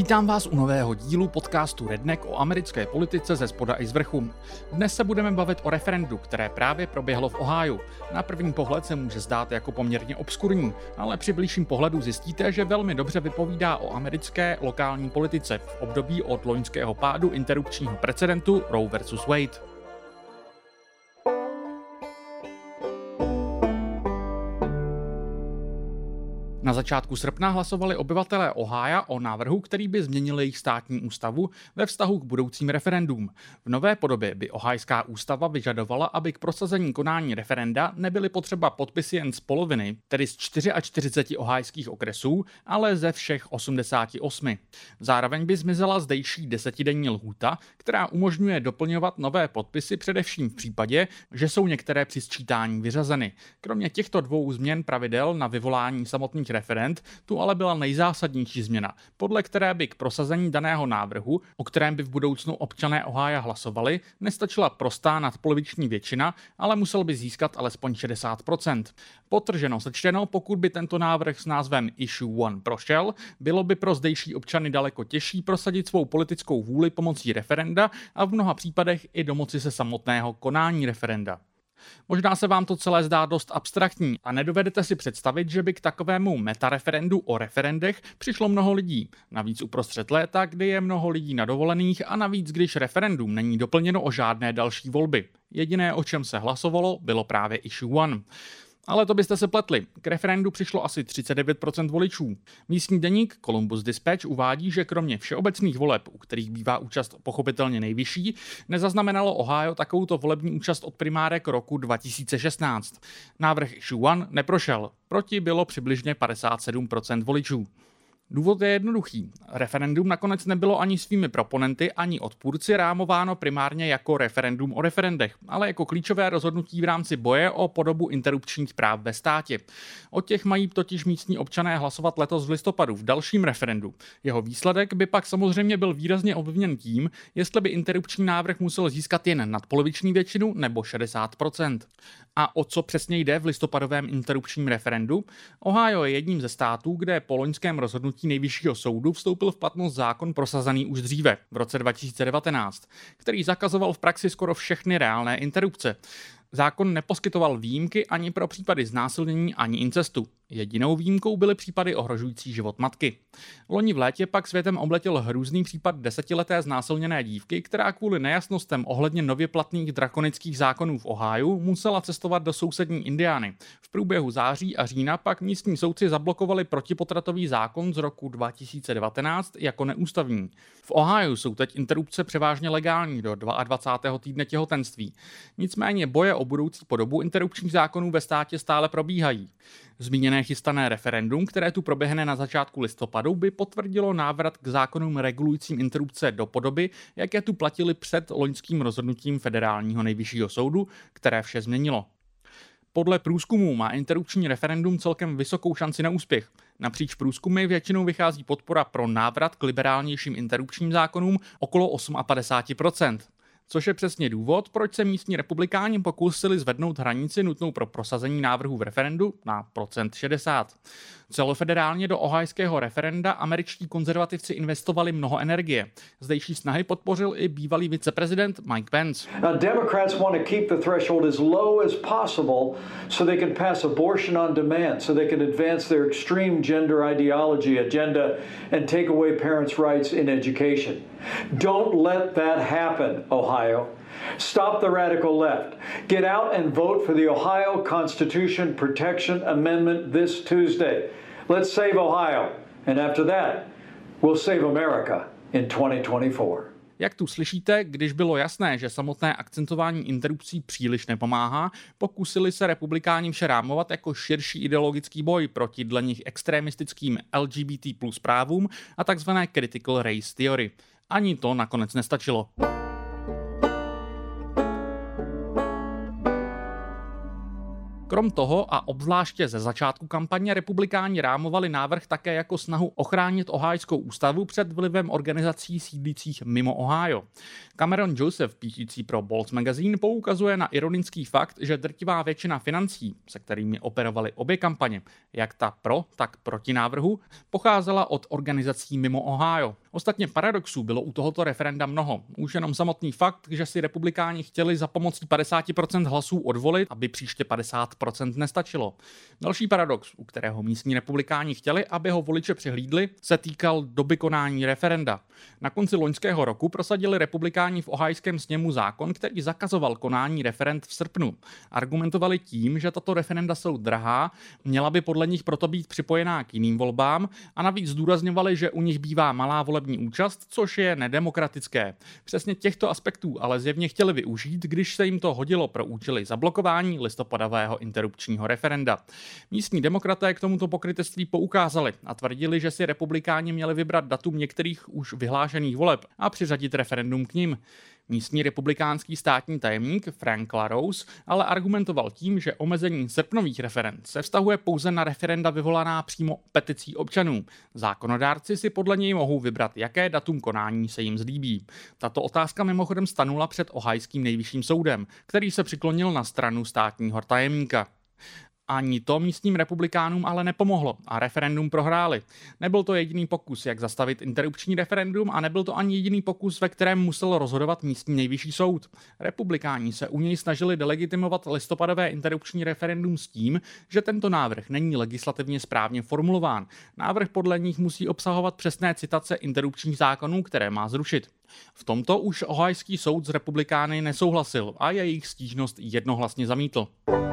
Vítám vás u nového dílu podcastu Redneck o americké politice ze spoda i z vrchu. Dnes se budeme bavit o referendu, které právě proběhlo v Ohiu. Na první pohled se může zdát jako poměrně obskurní, ale při blížším pohledu zjistíte, že velmi dobře vypovídá o americké lokální politice v období od loňského pádu interrupčního precedentu Roe vs. Wade. Na začátku srpna hlasovali obyvatelé Ohia o návrhu, který by změnil jejich státní ústavu ve vztahu k budoucím referendům. V nové podobě by ohajská ústava vyžadovala, aby k prosazení konání referenda nebyly potřeba podpisy jen z poloviny, tedy z 44 ohajských okresů, ale ze všech 88. Zároveň by zmizela zdejší 10denní lhůta, která umožňuje doplňovat nové podpisy především v případě, že jsou některé při sčítání vyřazeny. Kromě těchto dvou změn pravidel na vyvolání samotných referend tu ale byla nejzásadnější změna, podle které by k prosazení daného návrhu, o kterém by v budoucnu občané Ohia hlasovali, nestačila prostá nadpoloviční většina, ale musel by získat alespoň 60%. Podtrženo sečteno, pokud by tento návrh s názvem Issue 1 prošel, bylo by pro zdejší občany daleko těžší prosadit svou politickou vůli pomocí referenda a v mnoha případech i domoci se samotného konání referenda. Možná se vám to celé zdá dost abstraktní a nedovedete si představit, že by k takovému metareferendu o referendech přišlo mnoho lidí. Navíc uprostřed léta, kdy je mnoho lidí na dovolených a navíc, když referendum není doplněno o žádné další volby. Jediné, o čem se hlasovalo, bylo právě Issue 1. Ale to byste se pletli. K referendu přišlo asi 39% voličů. Místní deník Columbus Dispatch uvádí, že kromě všeobecných voleb, u kterých bývá účast pochopitelně nejvyšší, nezaznamenalo Ohio takovouto volební účast od primárek roku 2016. Návrh Issue 1 neprošel. Proti bylo přibližně 57% voličů. Důvod je jednoduchý. Referendum nakonec nebylo ani svými proponenty, ani odpůrci rámováno primárně jako referendum o referendech, ale jako klíčové rozhodnutí v rámci boje o podobu interrupčních práv ve státě. O těch mají totiž místní občané hlasovat letos v listopadu v dalším referendu. Jeho výsledek by pak samozřejmě byl výrazně ovlivněn tím, jestli by interrupční návrh musel získat jen nadpoloviční většinu nebo 60%. A o co přesně jde v listopadovém interrupčním referendu? Ohio je jedním ze států, kde po loňském rozhodnutí Nejvyššího soudu vstoupil v platnost zákon prosazený už dříve, v roce 2019, který zakazoval v praxi skoro všechny reálné interrupce. Zákon neposkytoval výjimky ani pro případy znásilnění ani incestu. Jedinou výjimkou byly případy ohrožující život matky. Loni v létě pak světem obletěl hrůzný případ 10leté znásilněné dívky, která kvůli nejasnostem ohledně nově platných drakonických zákonů v Ohiu musela cestovat do sousední Indiany. V průběhu září a října pak místní soudci zablokovali protipotratový zákon z roku 2019 jako neústavní. V Ohiu jsou teď interrupce převážně legální do 22. týdne těhotenství. Nicméně boje o budoucí podobu interrupčních zákonů ve státě stále probíhají. Zmíněné chystané referendum, které tu proběhne na začátku listopadu, by potvrdilo návrat k zákonům regulujícím interrupce do podoby, jaké tu platily před loňským rozhodnutím federálního nejvyššího soudu, které vše změnilo. Podle průzkumů má interrupční referendum celkem vysokou šanci na úspěch. Napříč průzkumy většinou vychází podpora pro návrat k liberálnějším interrupčním zákonům okolo 58%. Což je přesně důvod, proč se místní republikáni pokusili zvednout hranici nutnou pro prosazení návrhu v referendu na 60%. Celofederálně do ohajského referenda američtí konzervativci investovali mnoho energie. Zdejší snahy podpořil i bývalý viceprezident Mike Pence. Democrats want to keep the threshold as low as possible so they can pass abortion on demand, so they can advance their extreme gender ideology agenda and take away parents' rights in education. Don't let that happen, Ohio. Stop the radical left. Get out and vote for the Ohio Constitution Protection Amendment this Tuesday. Let's save Ohio. And after that, we'll save America in 2024. Jak tu slyšíte, když bylo jasné, že samotné akcentování interrupcí příliš nepomáhá, pokusili se republikáni vše rámovat jako širší ideologický boj proti dle nich extremistickým LGBT plus právům a takzvané critical race theory. Ani to nakonec nestačilo. Krom toho a obzvláště ze začátku kampaně republikáni rámovali návrh také jako snahu ochránit ohajskou ústavu před vlivem organizací sídlících mimo Ohio. Cameron Joseph, píšící pro Bolts Magazine, poukazuje na ironický fakt, že drtivá většina financí, se kterými operovaly obě kampaně, jak ta pro, tak proti návrhu, pocházela od organizací mimo Ohio. Ostatně paradoxů bylo u tohoto referenda mnoho. Už jenom samotný fakt, že si republikáni chtěli za pomocí 50% hlasů odvolit, aby příště 50% nestačilo. Další paradox, u kterého místní republikáni chtěli, aby ho voliče přihlídli, se týkal doby konání referenda. Na konci loňského roku prosadili republikáni v ohajském sněmu zákon, který zakazoval konání referend v srpnu. Argumentovali tím, že tato referenda jsou drahá, měla by podle nich proto být připojená k jiným volbám a navíc zdůrazňovali, že u nich bývá malá volební účast, což je nedemokratické. Přesně těchto aspektů ale zjevně chtěli využít, když se jim to hodilo pro účely zablokování listopadového interrupčního referenda. Místní demokraté k tomuto pokrytectví poukázali a tvrdili, že si republikáni měli vybrat datum některých už vyhlášených voleb a přiřadit referendum k nim. Místní republikánský státní tajemník Frank LaRose ale argumentoval tím, že omezení srpnových referend se vztahuje pouze na referenda vyvolaná přímo peticí občanů. Zákonodárci si podle něj mohou vybrat, jaké datum konání se jim zlíbí. Tato otázka mimochodem stanula před ohajským nejvyšším soudem, který se přiklonil na stranu státního tajemníka. Ani to místním republikánům ale nepomohlo a referendum prohráli. Nebyl to jediný pokus, jak zastavit interrupční referendum a nebyl to ani jediný pokus, ve kterém musel rozhodovat místní nejvyšší soud. Republikáni se u něj snažili delegitimovat listopadové interrupční referendum s tím, že tento návrh není legislativně správně formulován. Návrh podle nich musí obsahovat přesné citace interrupčních zákonů, které má zrušit. V tomto už ohajský soud s republikány nesouhlasil a jejich stížnost jednohlasně zamítl.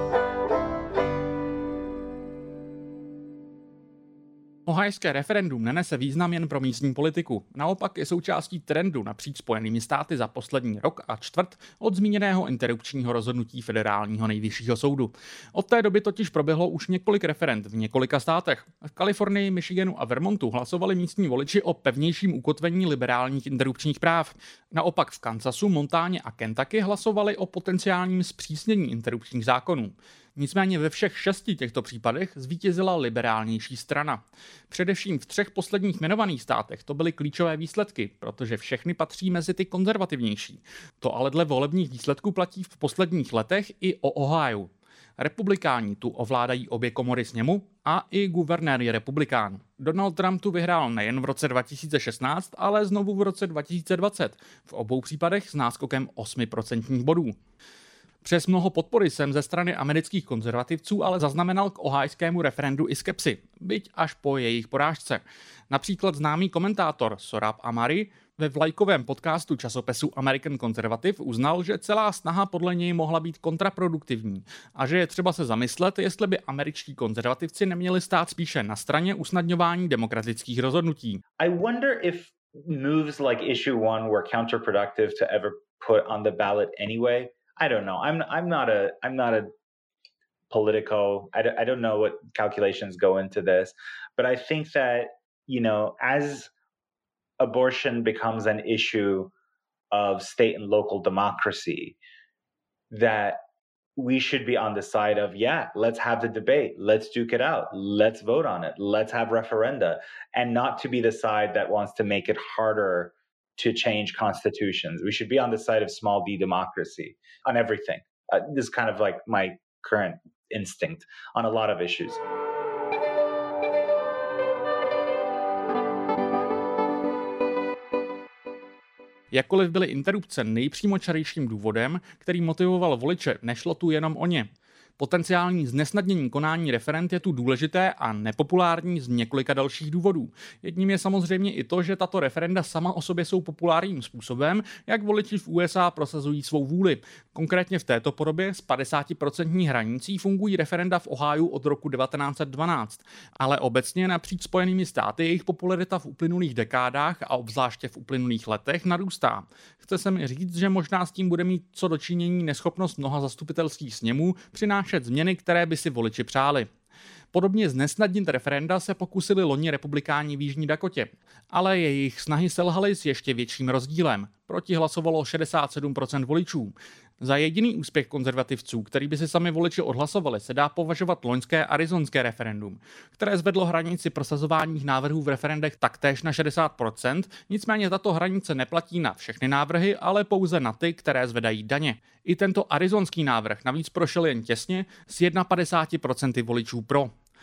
Ohajské referendum nenese význam jen pro místní politiku. Naopak je součástí trendu napříč Spojenými státy za poslední rok a čtvrt od zmíněného interrupčního rozhodnutí federálního nejvyššího soudu. Od té doby totiž proběhlo už několik referend v několika státech. V Kalifornii, Michiganu a Vermontu hlasovali místní voliči o pevnějším ukotvení liberálních interrupčních práv. Naopak v Kansasu, Montáně a Kentucky hlasovali o potenciálním zpřísnění interrupčních zákonů. Nicméně ve všech 6 těchto případech zvítězila liberálnější strana. Především v 3 posledních jmenovaných státech to byly klíčové výsledky, protože všechny patří mezi ty konzervativnější. To ale dle volebních výsledků platí v posledních letech i o Ohiu. Republikáni tu ovládají obě komory sněmu a i guvernér je republikán. Donald Trump tu vyhrál nejen v roce 2016, ale znovu v roce 2020. V obou případech s náskokem 8% bodů. Přes mnoho podpory jsem ze strany amerických konzervativců ale zaznamenal k ohajskému referendu i skepsi, byť až po jejich porážce. Například známý komentátor Sohrab Ahmari ve vlajkovém podcastu časopisu American Conservative uznal, že celá snaha podle něj mohla být kontraproduktivní a že je třeba se zamyslet, jestli by američtí konzervativci neměli stát spíše na straně usnadňování demokratických rozhodnutí. I wonder if moves like issue 1 were counterproductive to ever put on the ballot anyway. I don't know. I'm not a politico. I don't know what calculations go into this, but I think that, as abortion becomes an issue of state and local democracy, that we should be on the side of, let's have the debate, let's duke it out, let's vote on it, let's have referenda, and not to be the side that wants to make it harder to change constitutions. We should be on the side of small d democracy on everything. This is kind of like my current instinct on a lot of issues. Jakkoliv byly interrupce nejpřímočarejším důvodem, který motivoval voliče, nešlo tu jenom o ně. Potenciální znesnadnění konání referend je tu důležité a nepopulární z několika dalších důvodů. Jedním je samozřejmě i to, že tato referenda sama o sobě jsou populárním způsobem, jak voliči v USA prosazují svou vůli. Konkrétně v této podobě s 50% hranicí fungují referenda v Ohiu od roku 1912. Ale obecně napříč Spojenými státy jejich popularita v uplynulých dekádách a obzvláště v uplynulých letech narůstá. Chce se mi říct, že možná s tím bude mít co dočinění neschopnost mnoha zastupitelských sněmů přinášet změny, které by si voliči přáli. Podobně znesnadnit referenda se pokusili loni republikáni v Jižní Dakotě, ale jejich snahy selhaly s ještě větším rozdílem. Proti hlasovalo 67% voličů. Za jediný úspěch konzervativců, který by si sami voliči odhlasovali, se dá považovat loňské arizonské referendum, které zvedlo hranici prosazování návrhů v referendech taktéž na 60%, nicméně tato hranice neplatí na všechny návrhy, ale pouze na ty, které zvedají daně. I tento arizonský návrh navíc prošel jen těsně s 51% voličů pro.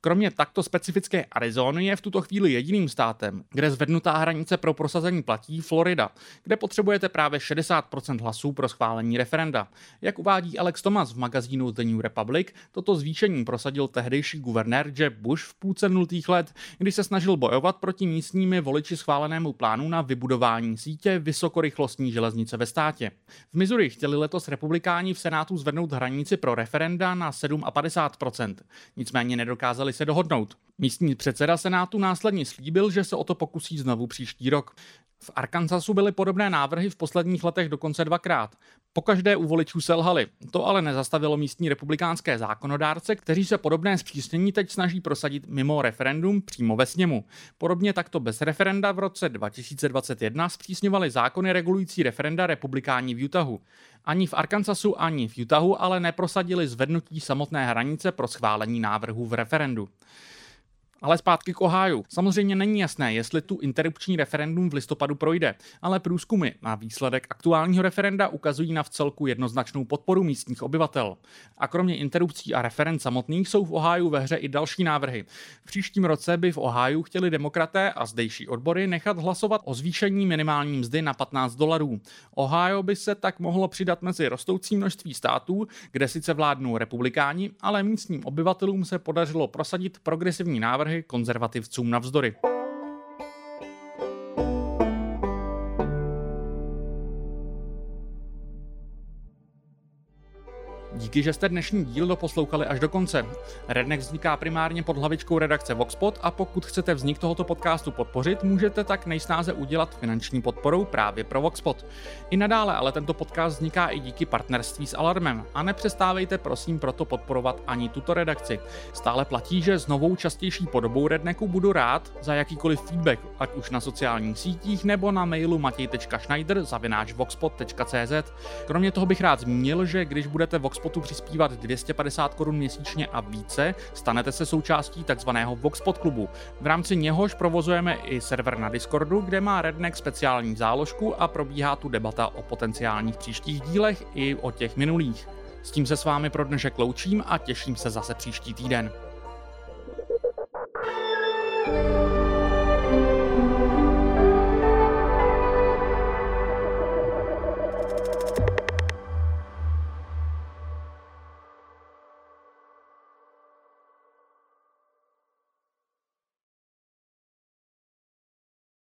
Kromě takto specifické Arizony je v tuto chvíli jediným státem, kde zvednutá hranice pro prosazení platí Florida, kde potřebujete právě 60% hlasů pro schválení referenda. Jak uvádí Alex Thomas v magazínu The New Republic, toto zvýšení prosadil tehdejší guvernér Jeb Bush v půlce 0. let, kdy se snažil bojovat proti místními voliči schválenému plánu na vybudování sítě vysokorychlostní železnice ve státě. V Missouri chtěli letos republikáni v Senátu zvednout hranici pro referenda na 57%. Nicméně nedokázali se dohodnout. Místní předseda Senátu následně slíbil, že se o to pokusí znovu příští rok. V Arkansasu byly podobné návrhy v posledních letech dokonce 2krát. Pokaždé u voličů selhali. To ale nezastavilo místní republikánské zákonodárce, kteří se podobné zpřísnění teď snaží prosadit mimo referendum přímo ve sněmu. Podobně takto bez referenda v roce 2021 zpřísňovali zákony regulující referenda republikáni v Utahu. Ani v Arkansasu, ani v Utahu ale neprosadili zvednutí samotné hranice pro schválení návrhů v referendu. Ale zpátky k Ohiu. Samozřejmě není jasné, jestli tu interrupční referendum v listopadu projde, ale průzkumy na výsledek aktuálního referenda ukazují na vcelku jednoznačnou podporu místních obyvatel. A kromě interrupcí a referend samotných jsou v Ohiu ve hře i další návrhy. V příštím roce by v Ohiu chtěli demokraté a zdejší odbory nechat hlasovat o zvýšení minimální mzdy na $15. Ohio by se tak mohlo přidat mezi rostoucí množství států, kde sice vládnou republikáni, ale místním obyvatelům se podařilo prosadit progresivní návrhy konzervativcům navzdory. Díky, že jste dnešní díl doposlouchali až do konce. Redneck vzniká primárně pod hlavičkou redakce Voxpod a pokud chcete vznik tohoto podcastu podpořit, můžete tak nejsnáze udělat finanční podporou právě pro Voxpod. I nadále ale tento podcast vzniká i díky partnerství s Alarmem a nepřestávejte prosím proto podporovat ani tuto redakci. Stále platí, že s novou častější podobou Rednecku budu rád za jakýkoliv feedback, ať už na sociálních sítích nebo na mailu matej.schneider@voxpod.cz. Kromě toho bych rád zmínil, že když budete Voxpodu přispívat 250 Kč měsíčně a více, stanete se součástí takzvaného Voxpod klubu. V rámci něhož provozujeme i server na Discordu, kde má Redneck speciální záložku a probíhá tu debata o potenciálních příštích dílech i o těch minulých. S tím se s vámi pro dnešek loučím a těším se zase příští týden.